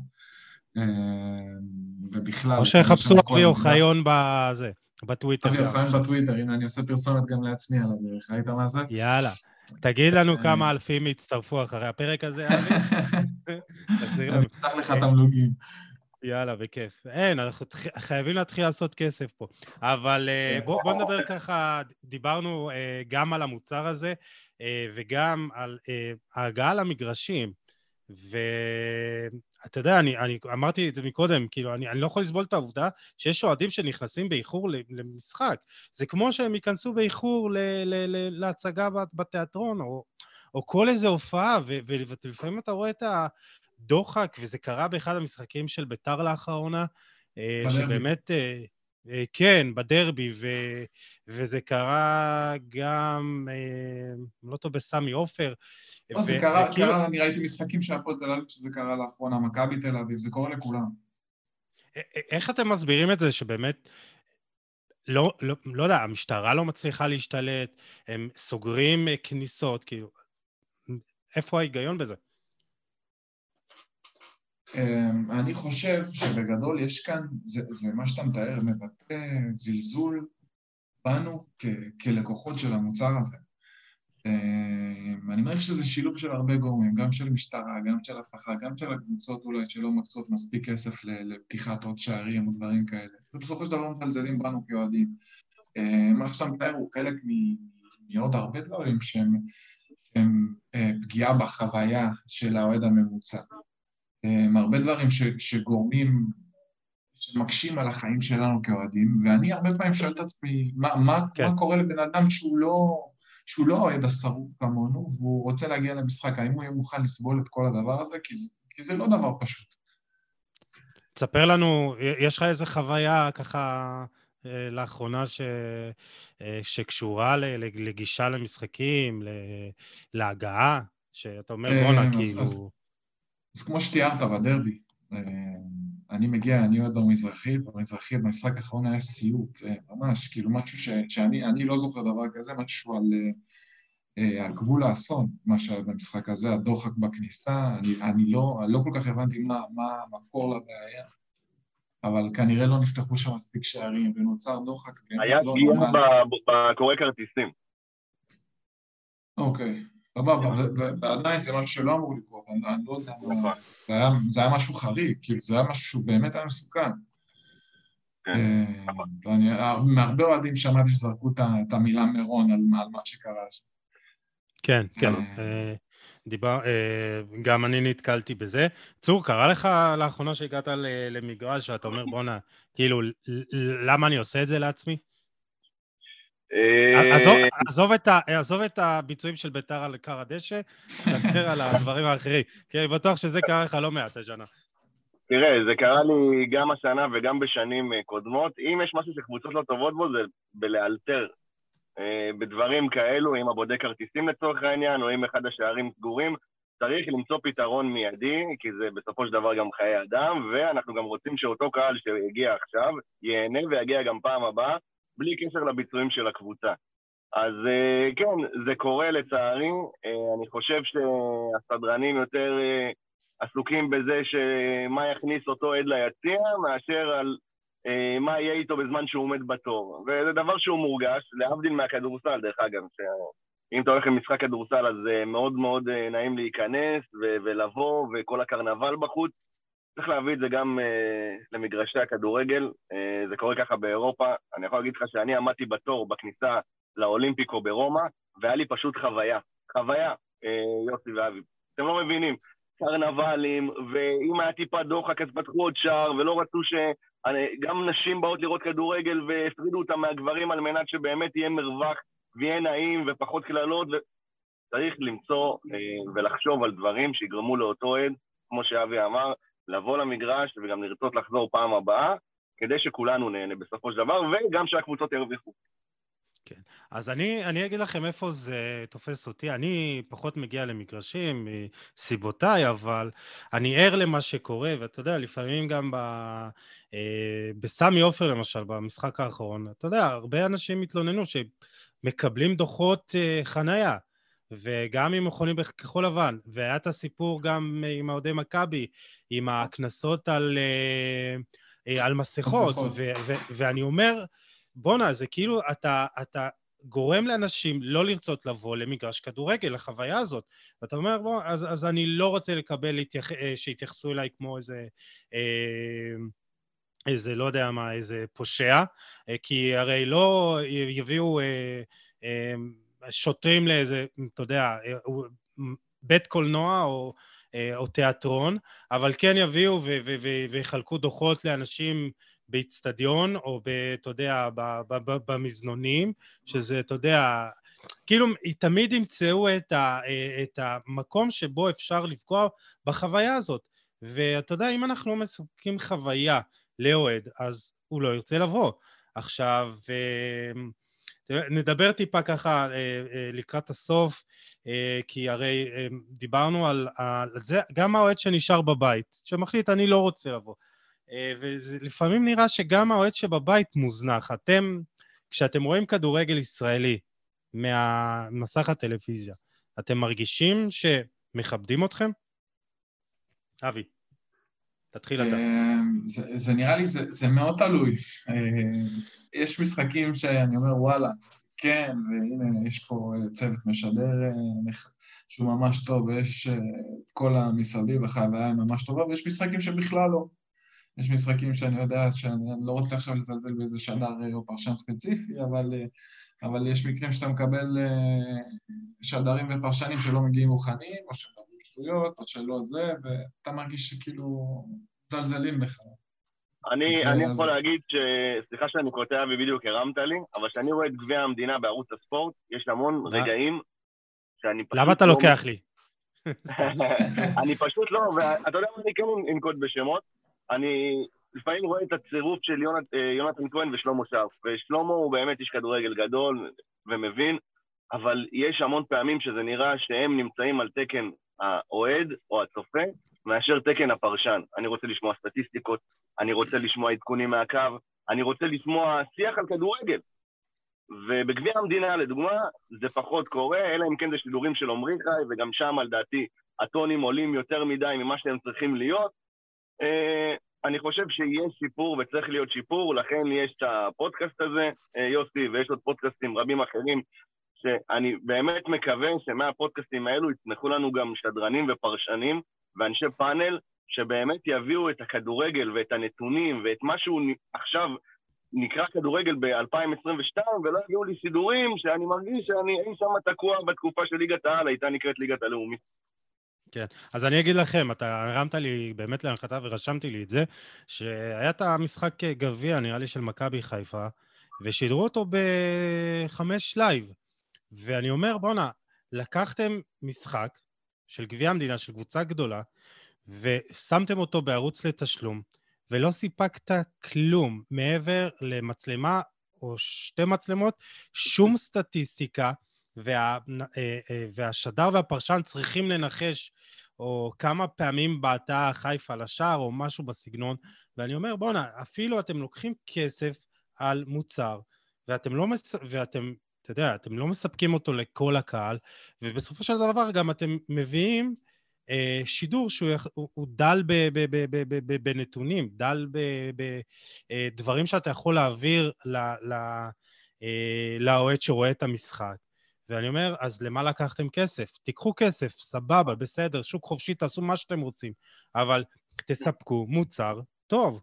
ובכלל... או שחפשו אבי אוחיון בזה, בטוויטר. אבי אוחיון בטוויטר, הנה, אני עושה פרסומת גם לעצמי על הדרך, ראית מה זה? יאללה. תגיד לנו כמה אלפים יצטרפו אחרי הפרק הזה, אבי. אני אפתח לך תמלוגים. יאללה, בכיף. אין, אנחנו חייבים להתחיל לעשות כסף פה. אבל בוא, בוא נדבר ככה, דיברנו גם על המוצר הזה, וגם על ההגעה למגרשים. ואתה יודע, אני, אני אמרתי את זה מקודם, כאילו, אני, אני לא יכול לסבול את העובדה שיש אוהדים שנכנסים באיחור למשחק. זה כמו שהם ייכנסו באיחור ל, ל, ל, להצגה בתיאטרון, או, או כל איזה הופעה, ו, ולפעמים אתה רואה את ה... דוחק, וזה קרה באחד המשחקים של ביתר לאחרונה, שבאמת, כן, בדרבי, וזה קרה גם, לא טוב, בסמי עופר. זה קרה, אני ראיתי משחקים שהפועל תל אביב, שזה קרה לאחרונה, מכבי תל אביב, זה קורה לכולם. איך אתם מסבירים את זה שבאמת, לא, לא, לא יודע, המשטרה לא מצליחה להשתלט, הם סוגרים כניסות, כאילו, איפה ההיגיון בזה? אני חושב שבגדול יש כאן, זה, זה מה שאתה מתאר, מבטא זלזול בנו כ, כלקוחות של המוצר הזה. אני מניח שזה שילוב של הרבה גורמים, גם של משטרה, גם של הפכה, גם של הקבוצות אולי שלא מקצות מספיק כסף לפתיחת עוד שערים או דברים כאלה. ובסופו של דבר מזלזלים בנו כאוהדים. מה שאתה מתאר הוא חלק מעוד הרבה דברים שהם, שהם פגיעה בחוויה של האוהד הממוצע. הרבה דברים ש, שגורמים, שמקשים על החיים שלנו כאוהדים, ואני הרבה פעמים שואל את עצמי, מה, מה, כן. מה קורה לבן אדם שהוא לא, שהוא לא אוהד השרוף כמונו, והוא רוצה להגיע למשחק, האם הוא יהיה מוכן לסבול את כל הדבר הזה? כי זה, כי זה לא דבר פשוט. תספר לנו, יש לך איזו חוויה ככה לאחרונה ש, שקשורה לגישה למשחקים, להגעה, שאתה אומר בונה, כאילו... אז, אז כמו שתיארת בדרבי, אני מגיע, אני אוהד במזרחית, במזרחית במשחק האחרון היה סיוט, ממש, כאילו משהו ש, שאני אני לא זוכר דבר כזה, משהו על, על גבול האסון, מה שהיה במשחק הזה, הדוחק בכניסה, אני, אני, לא, אני לא כל כך הבנתי מה, מה המקור לבעיה, אבל כנראה לא נפתחו שם מספיק שערים, ונוצר דוחק היה לא פגיעה בקורא כרטיסים. אוקיי. ועדיין זה משהו שלא אמור לקרות, אני לא יודע מה, זה היה משהו חריג, כאילו זה היה משהו שהוא באמת היה מסוכן. מהרבה אוהדים שמעתי שזרקו את המילה מירון על מה שקרה שם. כן, כן, גם אני נתקלתי בזה. צור, קרה לך לאחרונה שהגעת למגרש, שאתה אומר בונה, כאילו, למה אני עושה את זה לעצמי? עזוב את הביצועים של ביתר על קר הדשא, תדבר על הדברים האחרים, כי אני בטוח שזה קרה לך לא מעט השנה. תראה, זה קרה לי גם השנה וגם בשנים קודמות. אם יש משהו שקבוצות לא טובות בו, זה בלאלתר. בדברים כאלו, אם הבודק כרטיסים לצורך העניין, או אם אחד השערים סגורים, צריך למצוא פתרון מיידי, כי זה בסופו של דבר גם חיי אדם, ואנחנו גם רוצים שאותו קהל שהגיע עכשיו, ייהנה ויגיע גם פעם הבאה, בלי קשר לביצועים של הקבוצה. אז כן, זה קורה לצערי. אני חושב שהסדרנים יותר עסוקים בזה שמה יכניס אותו עד ליציע, מאשר על מה יהיה איתו בזמן שהוא עומד בתור. וזה דבר שהוא מורגש, להבדיל מהכדורסל, דרך אגב, שאם אתה הולך למשחק כדורסל, אז מאוד מאוד נעים להיכנס ולבוא, וכל הקרנבל בחוץ. צריך להביא את זה גם uh, למגרשי הכדורגל, uh, זה קורה ככה באירופה. אני יכול להגיד לך שאני עמדתי בתור בכניסה לאולימפיקו ברומא, והיה לי פשוט חוויה, חוויה, uh, יוסי ואבי. אתם לא מבינים, קרנבלים, ואם היה טיפה דוחק אז פתחו עוד שער, ולא רצו שגם נשים באות לראות כדורגל, והפרידו אותם מהגברים על מנת שבאמת יהיה מרווח, ויהיה נעים ופחות כללות, ו... צריך למצוא ולחשוב על דברים שיגרמו לאותו עד, כמו שאבי אמר, לבוא למגרש וגם לרצות לחזור פעם הבאה, כדי שכולנו נהנה בסופו של דבר, וגם שהקבוצות ירוויחו. כן, אז אני, אני אגיד לכם איפה זה תופס אותי. אני פחות מגיע למגרשים מסיבותיי, אבל אני ער למה שקורה, ואתה יודע, לפעמים גם ב, אה, בסמי עופר למשל, במשחק האחרון, אתה יודע, הרבה אנשים התלוננו שמקבלים דוחות אה, חנייה, וגם אם מכונים בכחול לבן, והיה את הסיפור גם עם האוהדי מכבי, עם הכנסות על, אה, אה, על מסכות, ו, ו, ואני אומר, בונה, זה כאילו אתה, אתה גורם לאנשים לא לרצות לבוא למגרש כדורגל, לחוויה הזאת. ואתה אומר, בוא, אז, אז אני לא רוצה לקבל להתייח... שיתייחסו אליי כמו איזה, איזה, לא יודע מה, איזה פושע, כי הרי לא יביאו שוטרים לאיזה, אתה יודע, בית קולנוע או, או תיאטרון, אבל כן יביאו ו- ו- ו- ויחלקו דוחות לאנשים באצטדיון, או אתה יודע, במזנונים, שזה, אתה יודע, כאילו, תמיד ימצאו את, ה, את המקום שבו אפשר לפגוע בחוויה הזאת. ואתה יודע, אם אנחנו מספקים חוויה לאוהד, אז הוא לא ירצה לבוא. עכשיו, נדבר טיפה ככה לקראת הסוף, כי הרי דיברנו על, על זה, גם האוהד שנשאר בבית, שמחליט אני לא רוצה לבוא. ולפעמים נראה שגם האוהד שבבית מוזנח. אתם, כשאתם רואים כדורגל ישראלי מהמסך הטלוויזיה, אתם מרגישים שמכבדים אתכם? אבי, תתחיל אתה. זה, זה נראה לי, זה, זה מאוד תלוי. יש משחקים שאני אומר, וואלה, כן, והנה, יש פה צוות משדר שהוא ממש טוב, ויש את כל המסביב, החוויה ממש טובה, ויש משחקים שבכלל לא. יש משחקים שאני יודע שאני לא רוצה עכשיו לזלזל באיזה שדר או פרשן ספציפי, אבל, אבל יש מקרים שאתה מקבל שדרים ופרשנים שלא מגיעים מוכנים, או שמדברים שטויות, או שלא זה, ואתה מרגיש שכאילו זלזלים לך. אני, אני יכול להגיד ש... סליחה שאני קוטע ובדיוק הרמת לי, אבל כשאני רואה את גביע המדינה בערוץ הספורט, יש המון רגעים שאני פשוט... למה אתה לוקח לי? אני פשוט לא, ואתה יודע מה, אני כן אנקוט בשמות, אני לפעמים רואה את הצירוף של יונת, יונתן כהן ושלמה שרף, ושלמה הוא באמת איש כדורגל גדול ומבין, אבל יש המון פעמים שזה נראה שהם נמצאים על תקן האוהד או הצופה, מאשר תקן הפרשן. אני רוצה לשמוע סטטיסטיקות, אני רוצה לשמוע עדכונים מהקו, אני רוצה לשמוע שיח על כדורגל. ובגביע המדינה, לדוגמה, זה פחות קורה, אלא אם כן זה שידורים של עומרי חי, וגם שם, על דעתי, הטונים עולים יותר מדי ממה שהם צריכים להיות. אני חושב שיש שיפור וצריך להיות שיפור, לכן יש את הפודקאסט הזה, יוסי, ויש עוד פודקאסטים רבים אחרים, שאני באמת מקווה שמהפודקאסטים האלו יצמחו לנו גם שדרנים ופרשנים, ואנשי פאנל, שבאמת יביאו את הכדורגל ואת הנתונים, ואת מה שהוא עכשיו נקרא כדורגל ב-אלפיים עשרים ושתיים, ולא יביאו לי סידורים שאני מרגיש שאני אי שם תקוע בתקופה של ליגת העל, הייתה נקראת ליגת הלאומית. כן, אז אני אגיד לכם, אתה הרמת לי באמת להנחתה ורשמתי לי את זה, שהיה את המשחק גביע, נראה לי של מכבי חיפה, ושידרו אותו בחמש לייב, ואני אומר, בונה, לקחתם משחק של גביע המדינה, של קבוצה גדולה, ושמתם אותו בערוץ לתשלום, ולא סיפקת כלום מעבר למצלמה או שתי מצלמות, שום סטטיסטיקה, וה, והשדר והפרשן צריכים לנחש, או כמה פעמים בעטה חיפה לשער, או משהו בסגנון, ואני אומר, בונה, אפילו אתם לוקחים כסף על מוצר, ואתם לא, מס... ואתם, אתה יודע, אתם לא מספקים אותו לכל הקהל, ובסופו של דבר גם אתם מביאים אה, שידור שהוא הוא, הוא דל ב, ב, ב, ב, ב, ב, בנתונים, דל בדברים שאתה יכול להעביר ל, ל, אה, לאוהד שרואה את המשחק. ואני אומר, אז למה לקחתם כסף? תיקחו כסף, סבבה, בסדר, שוק חופשי, תעשו מה שאתם רוצים, אבל תספקו מוצר טוב.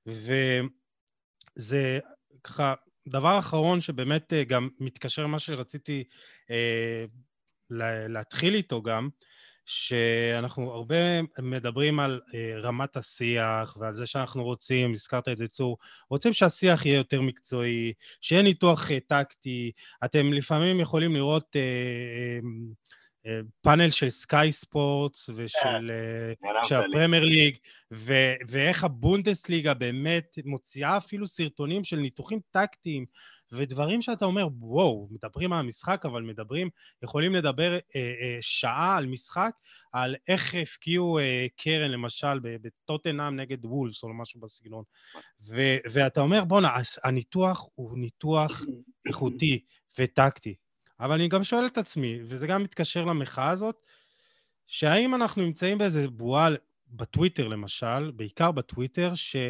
וזה ככה, דבר אחרון שבאמת גם מתקשר מה שרציתי אה, להתחיל איתו גם, שאנחנו הרבה מדברים על רמת השיח ועל זה שאנחנו רוצים, הזכרת את זה צור, רוצים שהשיח יהיה יותר מקצועי, שיהיה ניתוח טקטי, אתם לפעמים יכולים לראות פאנל של סקאי ספורטס ושל הפרמייר ליג, ואיך הבונדסליגה באמת מוציאה אפילו סרטונים של ניתוחים טקטיים, ודברים שאתה אומר, וואו, מדברים על המשחק, אבל מדברים, יכולים לדבר אה, אה, שעה על משחק, על איך הפקיעו אה, קרן, למשל, בטוטנהאם נגד וולפס, או משהו בסגנון. ו- ואתה אומר, בונה, הניתוח הוא ניתוח איכותי וטקטי. אבל אני גם שואל את עצמי, וזה גם מתקשר למחאה הזאת, שהאם אנחנו נמצאים באיזה בועה בטוויטר, למשל, בעיקר בטוויטר,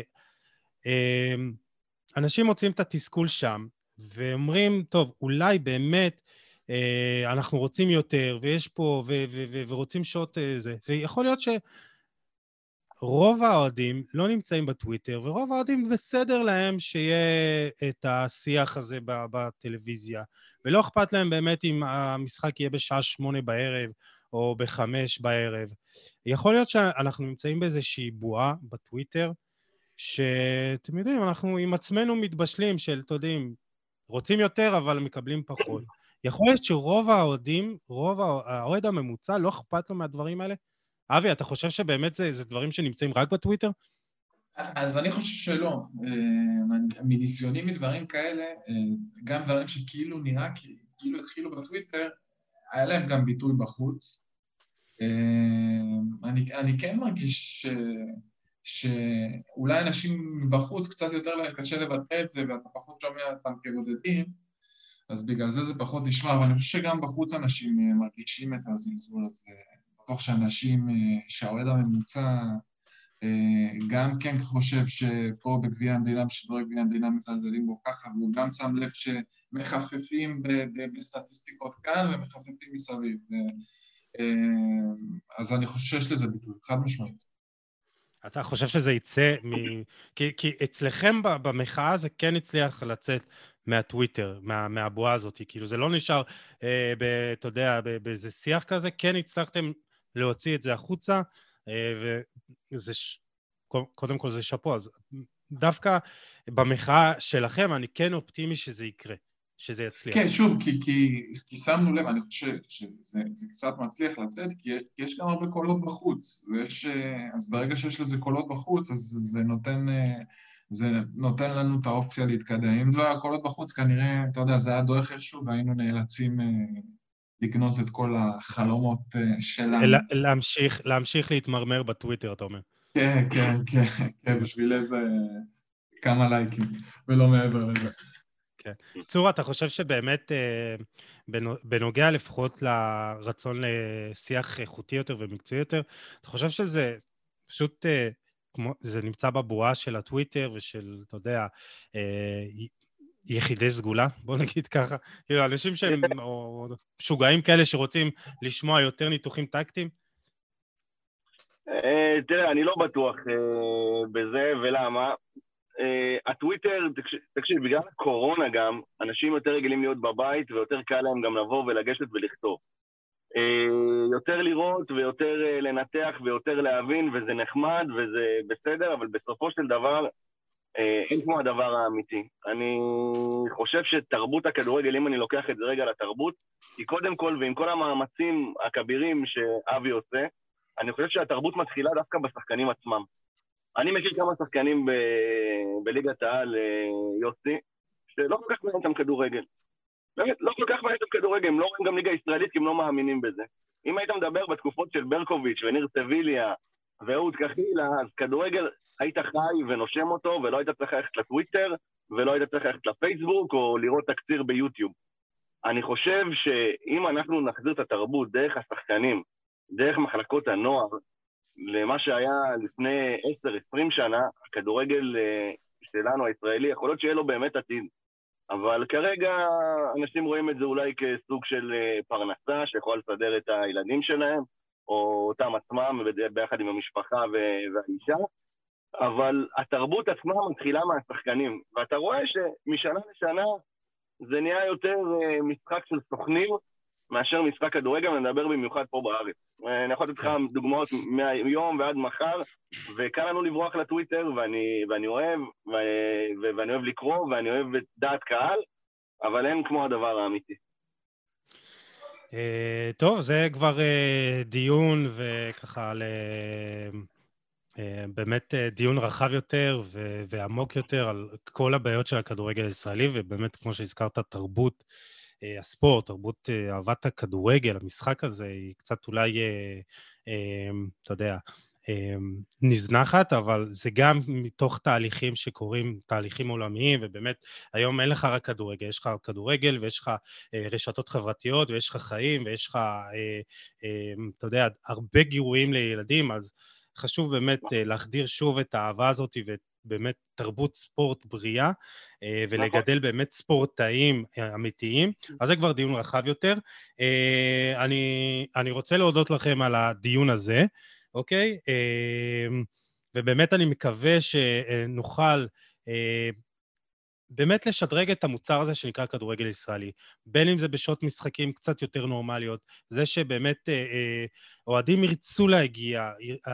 שאנשים מוצאים את התסכול שם, ואומרים, טוב, אולי באמת אה, אנחנו רוצים יותר, ויש פה, ו- ו- ו- ורוצים שעות אה, זה, ויכול להיות שרוב האוהדים לא נמצאים בטוויטר, ורוב האוהדים בסדר להם שיהיה את השיח הזה בטלוויזיה, ולא אכפת להם באמת אם המשחק יהיה בשעה שמונה בערב, או בחמש בערב. יכול להיות שאנחנו נמצאים באיזושהי בועה בטוויטר, שאתם יודעים, אנחנו עם עצמנו מתבשלים של, אתם יודעים, רוצים יותר, אבל מקבלים פחות. יכול להיות שרוב האוהדים, רוב האוהד הממוצע, לא אכפת לו מהדברים האלה? אבי, אתה חושב שבאמת זה, זה דברים שנמצאים רק בטוויטר? אז אני חושב שלא. מניסיונים מדברים כאלה, גם דברים שכאילו נראה, כאילו התחילו בטוויטר, היה להם גם ביטוי בחוץ. אני, אני כן מרגיש ש... שאולי אנשים בחוץ קצת יותר להם קשה לבטא את זה, ואתה פחות שומע אותם כבודדים, אז בגלל זה זה פחות נשמע, אבל אני חושב שגם בחוץ אנשים מרגישים את הזלזול הזה. בטוח שאנשים, שהאוהד הממוצע, גם כן חושב שפה בגביע המדינה, בשדרוג גביע המדינה מזלזלים בו ככה, והוא גם שם לב שמחפפים בסטטיסטיקות כאן ומחפפים מסביב. אז אני חושב שיש לזה ביטוי, חד משמעית. אתה חושב שזה יצא מ... כי, כי אצלכם במחאה זה כן הצליח לצאת מהטוויטר, מה, מהבועה הזאת, כאילו זה לא נשאר, אה, ב, אתה יודע, באיזה שיח כזה, כן הצלחתם להוציא את זה החוצה, אה, וזה, ש... קודם כל זה שפו, אז דווקא במחאה שלכם אני כן אופטימי שזה יקרה, שזה יצליח. כן, שוב, כי, כי, כי שמנו לב, אני חושב שזה זה קצת מצליח לצאת, כי יש גם הרבה קולות בחוץ, ויש, אז ברגע שיש לזה קולות בחוץ, אז זה נותן, זה נותן לנו את האופציה להתקדם. אם זה לא היה קולות בחוץ, כנראה, אתה יודע, זה היה דוח איזשהו, והיינו נאלצים לגנוז את כל החלומות שלנו. להמשיך, להמשיך להתמרמר בטוויטר, אתה אומר. כן, כן, כן, כן, בשביל איזה כמה לייקים, ולא מעבר לזה. כן. צור, אתה חושב שבאמת, בנוגע לפחות לרצון לשיח איכותי יותר ומקצועי יותר, אתה חושב שזה פשוט, כמו, זה נמצא בבועה של הטוויטר ושל, אתה יודע, יחידי סגולה, בוא נגיד ככה, כאילו, אנשים שהם משוגעים כאלה שרוצים לשמוע יותר ניתוחים טקטיים? תראה, אני לא בטוח בזה, ולמה? הטוויטר, תקשיב, בגלל הקורונה גם, אנשים יותר רגילים להיות בבית, ויותר קל להם גם לבוא ולגשת ולכתוב. יותר לראות ויותר לנתח ויותר להבין, וזה נחמד וזה בסדר, אבל בסופו של דבר, אין כמו הדבר האמיתי. אני חושב שתרבות הכדורגל, אם אני לוקח את זה רגע לתרבות, היא קודם כל, ועם כל המאמצים הכבירים שאבי עושה, אני חושב שהתרבות מתחילה דווקא בשחקנים עצמם. אני מכיר כמה שחקנים ב- בליגת העל, יוסי, שלא כל כך מעניין אותם כדורגל. באמת, לא כל כך מעניין אותם כדורגל, הם לא רואים גם ליגה ישראלית, כי הם לא מאמינים בזה. אם היית מדבר בתקופות של ברקוביץ' וניר סביליה ואהוד כחילה, אז כדורגל היית חי ונושם אותו, ולא היית צריך ללכת לטוויטר, ולא היית צריך ללכת לפייסבוק, או לראות תקציר ביוטיוב. אני חושב שאם אנחנו נחזיר את התרבות דרך השחקנים, דרך מחלקות הנוער, למה שהיה לפני עשר עשרים שנה, הכדורגל שלנו הישראלי, יכול להיות שיהיה לו באמת עתיד. אבל כרגע אנשים רואים את זה אולי כסוג של פרנסה, שיכול לסדר את הילדים שלהם, או אותם עצמם ביחד עם המשפחה והאישה. אבל התרבות עצמה מתחילה מהשחקנים, ואתה רואה שמשנה לשנה זה נהיה יותר משחק של סוכנים, מאשר משחק כדורגל, אני מדבר במיוחד פה בארץ. אני יכול לתת לך דוגמאות מהיום ועד מחר, וקל לנו לברוח לטוויטר, ואני, ואני אוהב, ואני, ואני אוהב לקרוא, ואני אוהב את דעת קהל, אבל אין כמו הדבר האמיתי. טוב, זה כבר דיון וככה באמת דיון רחב יותר ועמוק יותר על כל הבעיות של הכדורגל הישראלי, ובאמת כמו שהזכרת, תרבות הספורט, תרבות אהבת הכדורגל, המשחק הזה, היא קצת אולי, אתה יודע, נזנחת, אבל זה גם מתוך תהליכים שקורים, תהליכים עולמיים, ובאמת היום אין לך רק כדורגל, יש לך כדורגל ויש לך רשתות חברתיות ויש לך חיים ויש לך, אתה יודע, הרבה גירויים לילדים, אז חשוב באמת להחדיר שוב את האהבה הזאת ובאמת תרבות ספורט בריאה, ולגדל באמת ספורטאים אמיתיים, אז זה כבר דיון רחב יותר. אני, אני רוצה להודות לכם על הדיון הזה, אוקיי? ובאמת אני מקווה שנוכל באמת לשדרג את המוצר הזה שנקרא כדורגל ישראלי, בין אם זה בשעות משחקים קצת יותר נורמליות, זה שבאמת אוהדים ירצו להגיע,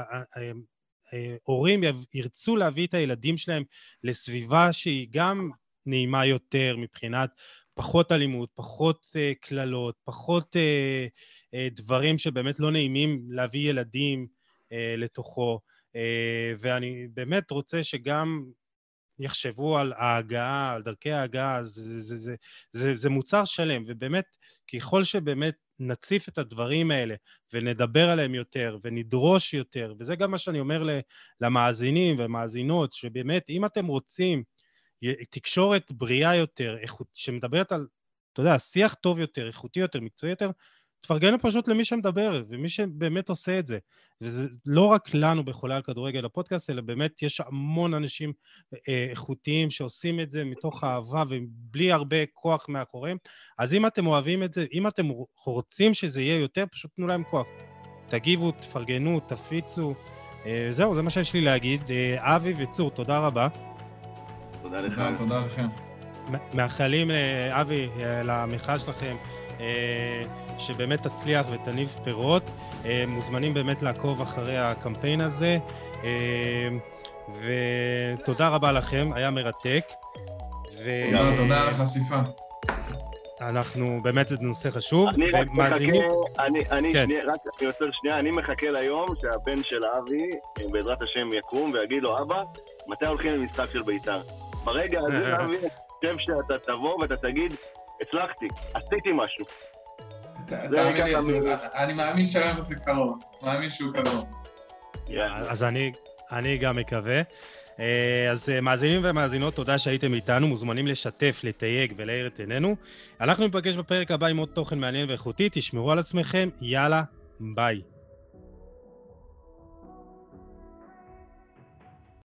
הורים ירצו להביא את הילדים שלהם לסביבה שהיא גם נעימה יותר מבחינת פחות אלימות, פחות כללות, פחות דברים שבאמת לא נעימים להביא ילדים לתוכו, ואני באמת רוצה שגם יחשבו על ההגעה, על דרכי ההגעה, זה, זה, זה, זה, זה מוצר שלם, ובאמת, ככל שבאמת נציף את הדברים האלה, ונדבר עליהם יותר, ונדרוש יותר, וזה גם מה שאני אומר למאזינים ומאזינות, שבאמת, אם אתם רוצים תקשורת בריאה יותר, שמדברת על, אתה יודע, שיח טוב יותר, איכותי יותר, מקצועי יותר, תפרגנו פשוט למי שמדבר, ומי שבאמת עושה את זה. וזה לא רק לנו בחולה על כדורגל הפודקאסט, אלא באמת יש המון אנשים איכותיים שעושים את זה מתוך אהבה, ובלי הרבה כוח מאחוריהם. אז אם אתם אוהבים את זה, אם אתם רוצים שזה יהיה יותר, פשוט תנו להם כוח. תגיבו, תפרגנו, תפיצו. זהו, זה מה שיש לי להגיד. אבי וצור, תודה רבה. תודה לך. תודה לכם. מאחלים, אבי, למחאה שלכם, שבאמת תצליח ותניב פירות, מוזמנים באמת לעקוב אחרי הקמפיין הזה, ותודה רבה לכם, היה מרתק. תודה, תודה על החשיפה. אנחנו, באמת זה נושא חשוב. אני רק מחכה, אני, אני, רק יוצר שנייה, אני מחכה ליום שהבן של אבי, בעזרת השם יקום ויגיד לו, אבא, מתי הולכים למשחק של בית"ר? ברגע הזה, אבי, חושב שאתה תבוא ואתה תגיד, הצלחתי, עשיתי משהו. אני מאמין שהיום זה קרוב, מאמין שהוא קרוב. אז אני גם מקווה. אז מאזינים ומאזינות, תודה שהייתם איתנו, מוזמנים לשתף, לתייג ולהאיר את עינינו. אנחנו ניפגש בפרק הבא עם עוד תוכן מעניין ואיכותי, תשמרו על עצמכם, יאללה, ביי.